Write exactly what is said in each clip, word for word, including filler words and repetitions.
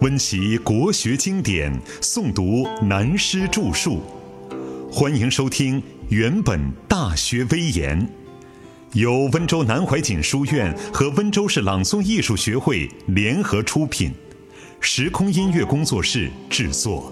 温习国学经典，诵读南师著述。欢迎收听原本大学微言，由温州南怀瑾书院和温州市朗诵艺术学会联合出品，时空音乐工作室制作。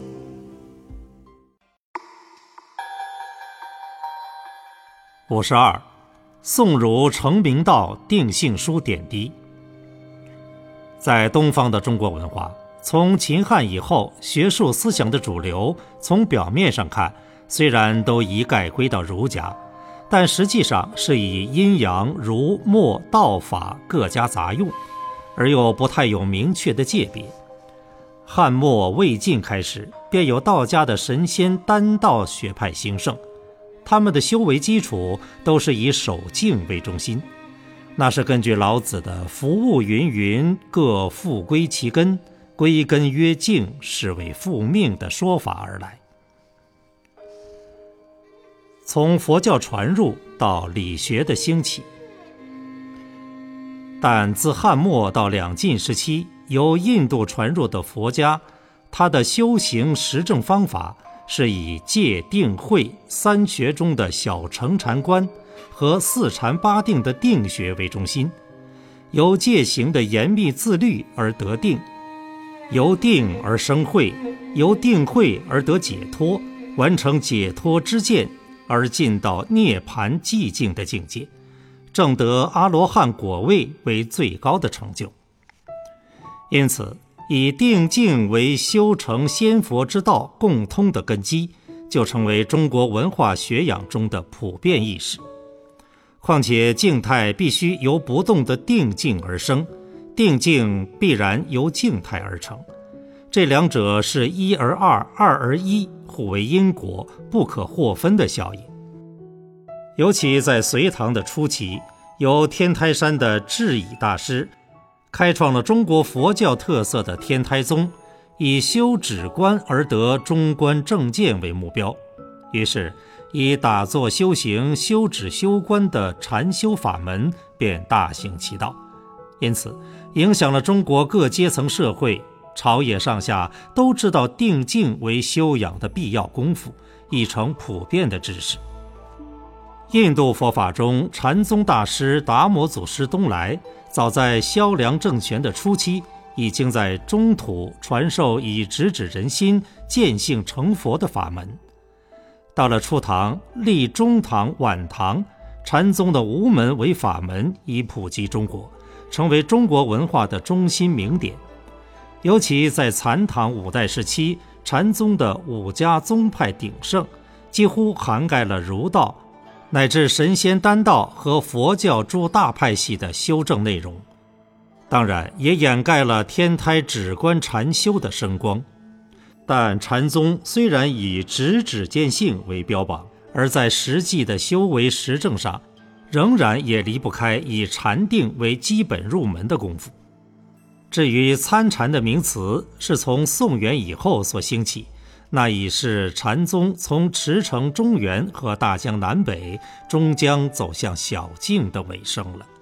五十二，宋儒成明道定性书点滴。在东方的中国文化，从秦汉以后，学术思想的主流，从表面上看，虽然都一概归到儒家，但实际上是以阴阳、儒、墨、道法各家杂用，而又不太有明确的界别。汉末魏晋开始，便有道家的神仙丹道学派兴盛，他们的修为基础都是以守静为中心，那是根据老子的夫物芸芸，各复归其根，归根曰静，是为复命的说法而来。从佛教传入到理学的兴起，但自汉末到两晋时期，由印度传入的佛家，他的修行实证方法是以戒定慧三学中的小乘禅观和四禅八定的定学为中心，由戒行的严密自律而得定，由定而生慧，由定慧而得解脱，完成解脱之见而进到涅槃寂静的境界，证得阿罗汉果位为最高的成就。因此，以定静为修成仙佛之道共通的根基，就成为中国文化学养中的普遍意识。况且静态必须由不动的定静而生，定静必然由静态而成，这两者是一而二，二而一，互为因果，不可或分的效应。尤其在隋唐的初期，由天台山的智颐大师开创了中国佛教特色的天台宗，以修止观而得中观正见为目标，于是以打坐修行、修止修观的禅修法门便大行其道，因此影响了中国各阶层社会，朝野上下都知道定静为修养的必要功夫，已成普遍的知识。印度佛法中，禅宗大师达摩祖师东来，早在萧梁政权的初期，已经在中土传授以直指人心、见性成佛的法门。到了初唐、历中唐、晚唐，禅宗的无门为法门已普及中国，成为中国文化的中心名典。尤其在残唐五代时期，禅宗的五家宗派鼎盛，几乎涵盖了儒道乃至神仙丹道和佛教诸大派系的修正内容，当然也掩盖了天台止观禅修的声光。但禅宗虽然以直指见性为标榜，而在实际的修为实证上，仍然也离不开以禅定为基本入门的功夫。至于参禅的名词是从宋元以后所兴起，那已是禅宗从驰骋中原和大江南北终将走向小径的尾声了。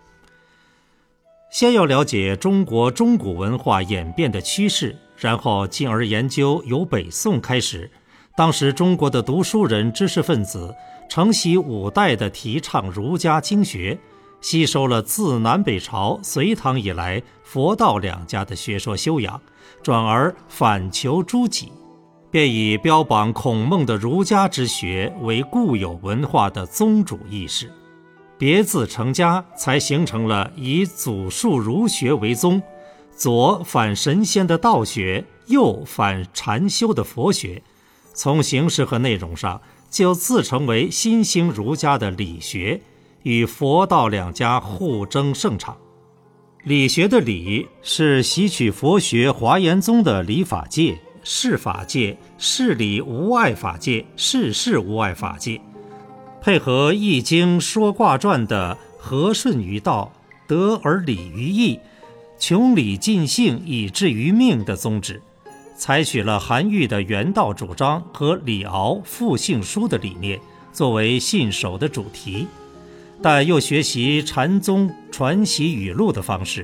先要了解中国中古文化演变的趋势，然后进而研究由北宋开始，当时中国的读书人知识分子承袭五代的提倡儒家经学，吸收了自南北朝、隋唐以来佛道两家的学说修养，转而反求诸己，便以标榜孔孟的儒家之学为固有文化的宗主意识，别自成家，才形成了以祖述儒学为宗，左反神仙的道学，右反禅修的佛学，从形式和内容上就自成为新兴儒家的理学，与佛道两家互争盛场。理学的理是吸取佛学华严宗的理法界、事法界、事理无碍法界、事事无碍法界，配合易经说卦传的和顺于道，得而理于义，穷理尽性以至于命的宗旨，采取了韩愈的原道主张和李敖复性书的理念作为信守的主题，但又学习禅宗传习语录的方式，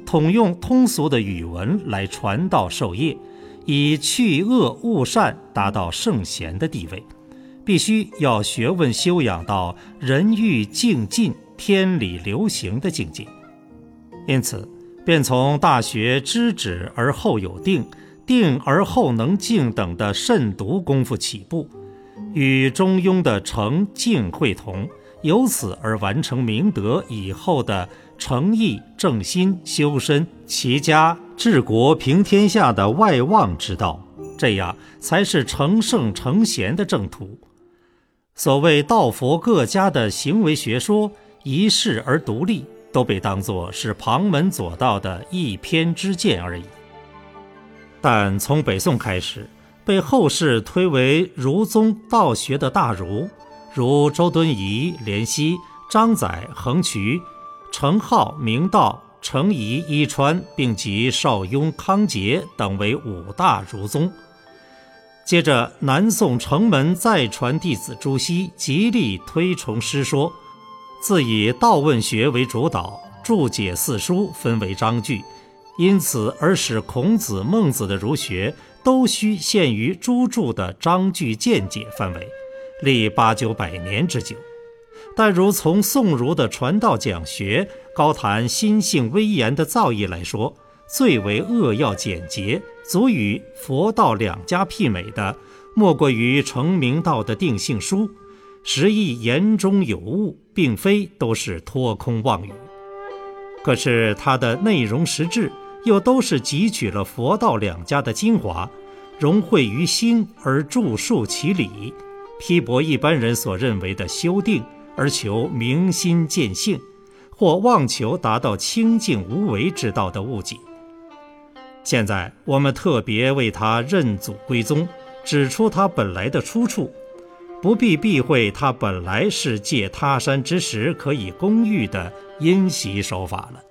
统用通俗的语文来传道授业，以去恶务善达到圣贤的地位，必须要学问修养到人欲静尽、天理流行的境界。因此便从大学知止而后有定，定而后能静等的慎独功夫起步，与中庸的诚静会同，由此而完成明德以后的诚意正心修身齐家治国平天下的外望之道，这样才是成圣成贤的正途。所谓道佛各家的行为学说一世而独立，都被当作是旁门左道的一偏之见而已。但从北宋开始，被后世推为儒宗道学的大儒，如周敦颐、濂溪、张载、横渠、程颢、明道、程颐、伊川，并及邵雍、康节等为五大儒宗。接着南宋程门再传弟子朱熹极力推崇师说，自以道问学为主导，注解四书分为章句，因此而使孔子、孟子的儒学都需限于诸著的章句见解范围，历八九百年之久。但如从宋儒的传道讲学，高谈心性威严的造诣来说，最为扼要简洁，足与佛道两家媲美的，莫过于程明道的定性书，实亦言中有物，并非都是托空妄语。可是它的内容实质又都是汲取了佛道两家的精华，融汇于心而著述其理，批驳一般人所认为的修定而求明心见性，或妄求达到清净无为之道的误解。现在我们特别为他认祖归宗，指出他本来的出处，不必避讳他本来是借他山之石可以攻玉的因袭手法了。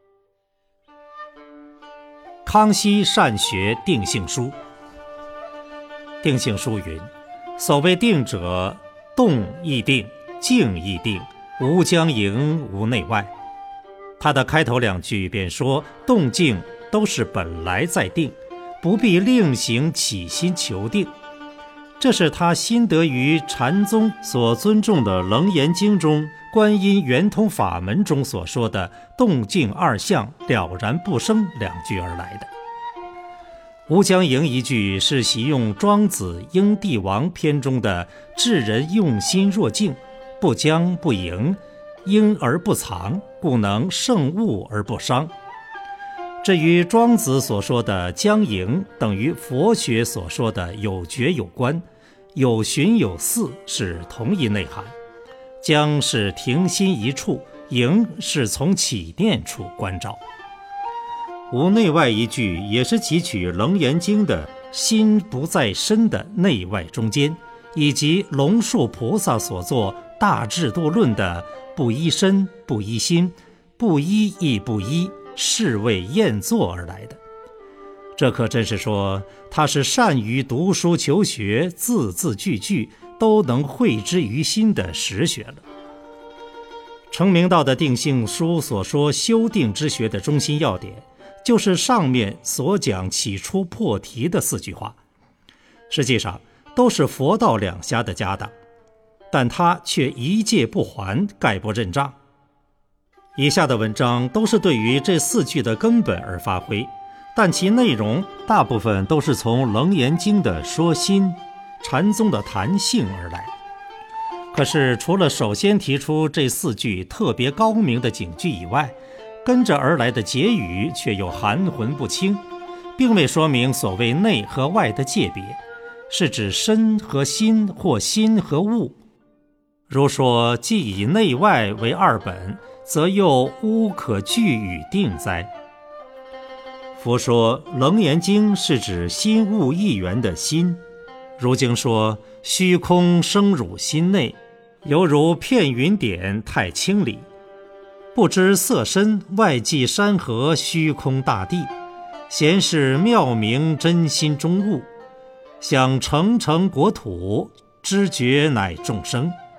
康熙善学定性书。定性书云：所谓定者，动亦定，静亦定，无将营，无内外。他的开头两句便说，动静都是本来在定，不必另行起心求定。这是他新得于禅宗所尊重的《楞严经》中观音圆通法门中所说的动静二相了然不生两句而来的。无将营一句是习用庄子应帝王篇中的智人用心若静，不将不营，应而不藏，故能胜物而不伤。这与庄子所说的将营等于佛学所说的有觉有观，有寻有似是同一内涵。将是停心一处，营是从起念处关照。无内外一句也是汲取《楞严经》的心不在身的内外中间，以及龙树菩萨所作大智度论的不依身不依心，不依亦不依，是谓验作而来的。这可真是说他是善于读书求学，字字句句都能汇之于心的实学了。程明道的定性书所说修定之学的中心要点，就是上面所讲起初破题的四句话，实际上都是佛道两家的家当，但他却一介不还，概不认账。以下的文章都是对于这四句的根本而发挥，但其内容大部分都是从《楞严经》的说心、禅宗的谈性而来。可是除了首先提出这四句特别高明的警句以外，跟着而来的结语却又含混不清，并未说明所谓内和外的界别，是指身和心或心和物。如说既以内外为二本，则又无可具与定哉？佛说《楞严经》是指心物一元的心，如经说虚空生汝心内，犹如片云点太清理，不知色身外际山河虚空大地，闲是妙明真心中物，想成成国土，知觉乃众生，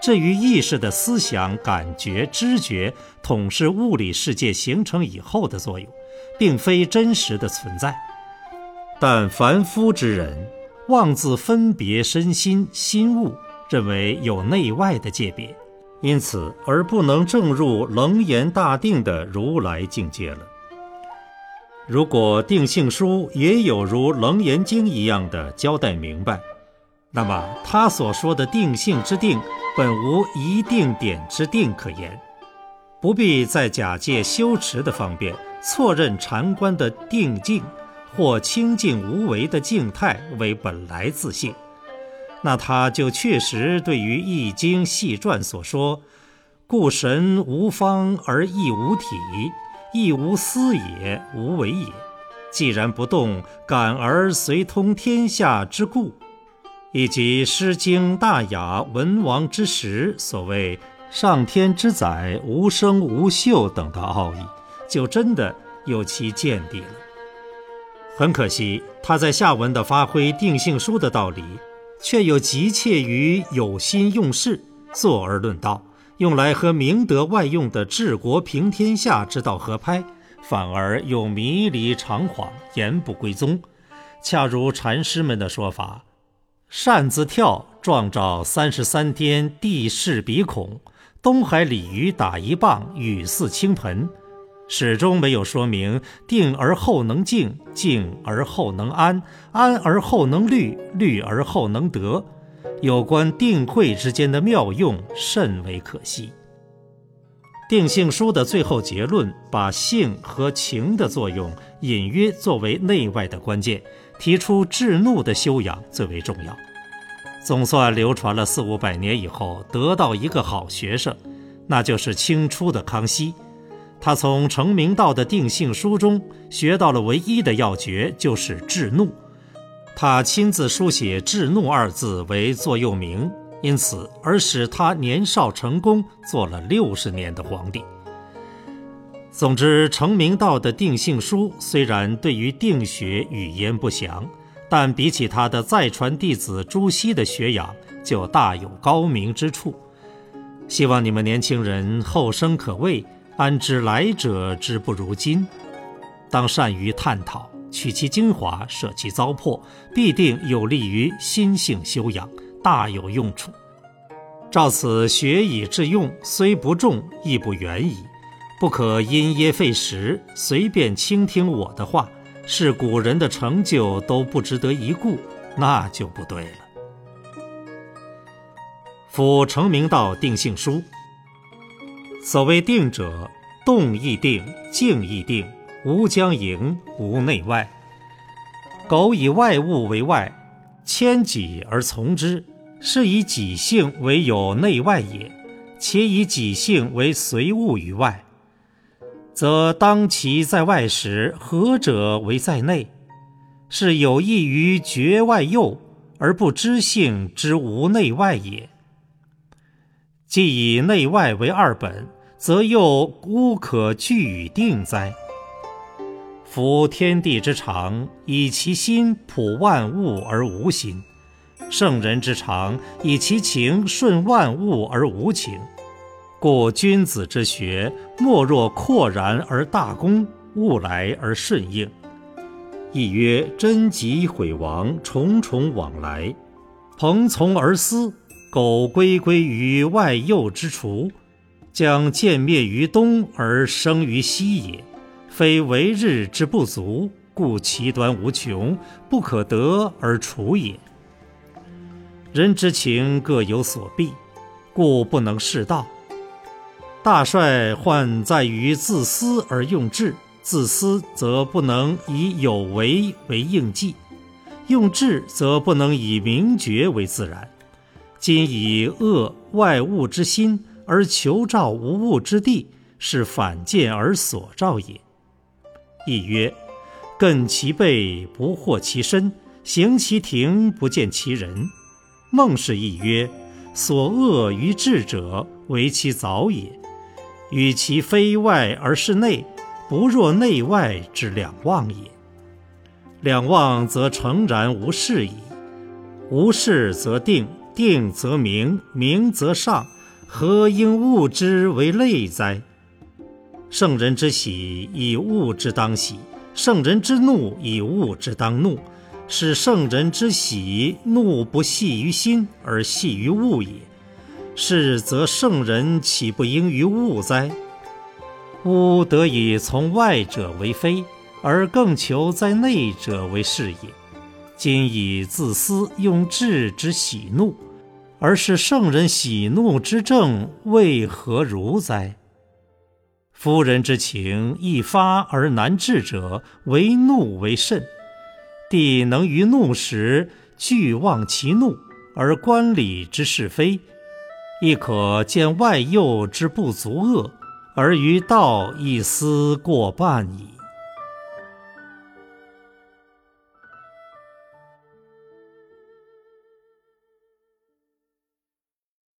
至于意识的思想、感觉、知觉统是物理世界形成以后的作用，并非真实的存在。但凡夫之人妄自分别身心心物，认为有内外的界别，因此而不能证入楞严大定的如来境界了。如果定性书也有如楞严经一样的交代明白，那么他所说的定性之定本无一定点之定可言，不必再假借修持的方便，错认禅观的定境或清净无为的静态为本来自性，那他就确实对于易经细传所说故神无方而亦无体，亦无思也，无为也，既然不动，感而随通天下之故，以及《诗经·大雅·文王之时》所谓上天之载，无声无秀等的奥义，就真的有其见地了。很可惜，他在下文的发挥定性书的道理，却又急切于有心用事，坐而论道，用来和明德外用的治国平天下之道合拍，反而又迷离长晃，言不归宗。恰如禅师们的说法，扇子跳，壮照三十三天，地势鼻孔；东海鲤鱼打一棒，雨似倾盆。始终没有说明定而后能静，静而后能安，安而后能虑，虑而后能得。有关定慧之间的妙用，甚为可惜。定性书的最后结论，把性和情的作用隐约作为内外的关键，提出治怒的修养最为重要。总算流传了四五百年以后，得到一个好学生，那就是清初的康熙。他从程明道的定性书中学到了唯一的要诀，就是治怒。他亲自书写治怒二字为座右铭，因此而使他年少成功，做了六十年的皇帝。总之，程明道的定性书虽然对于定学语言不详，但比起他的再传弟子朱熹的学养，就大有高明之处。希望你们年轻人后生可畏，安知来者之不如今？当善于探讨，取其精华，舍其糟粕，必定有利于心性修养，大有用处。照此学以致用，虽不重，亦不远矣。不可因噎废食，随便倾听我的话，是古人的成就都不值得一顾，那就不对了。辅程明道定性书。所谓定者，动亦定，静亦定，无将营，无内外。苟以外物为外，迁己而从之，是以己性为有内外也，且以己性为随物于外，则当其在外时，何者为在内？是有益于绝外诱，而不知性之无内外也。既以内外为二本，则又无可据与定哉？夫天地之常，以其心普万物而无心；圣人之常，以其情顺万物而无情。故君子之学，莫若阔然而大公，物来而顺应。亦曰贞吉毁亡，重重往来，朋从而思，苟归归于外诱之除，将见灭于东而生于西也。非为日之不足，故其端无穷，不可得而除也。人之情各有所避，故不能适道。大帅患在于自私而用智，自私则不能以有为为应计，用智则不能以明觉为自然。今以恶外物之心而求照无物之地，是反见而所照也。亦曰：亘其背，不惑其身；行其庭，不见其人。孟氏亦曰：所恶于智者，为其早也。与其非外而是内，不若内外之两忘也。两忘则诚然无事矣，无事则定， 定则明，明则上，何应恶之为类哉？圣人之喜，以恶之当喜；圣人之怒，以恶之当怒。是圣人之喜，怒不系于心，而系于物也。是则圣人岂不应于物哉？物得以从外者为非，而更求在内者为是也。今以自私用智之喜怒，而是圣人喜怒之正，为何如哉？夫人之情，易发而难治者，为怒为甚。帝能于怒时俱忘其怒，而观礼之是非，亦可见外诱之不足恶，而于道一思过半矣。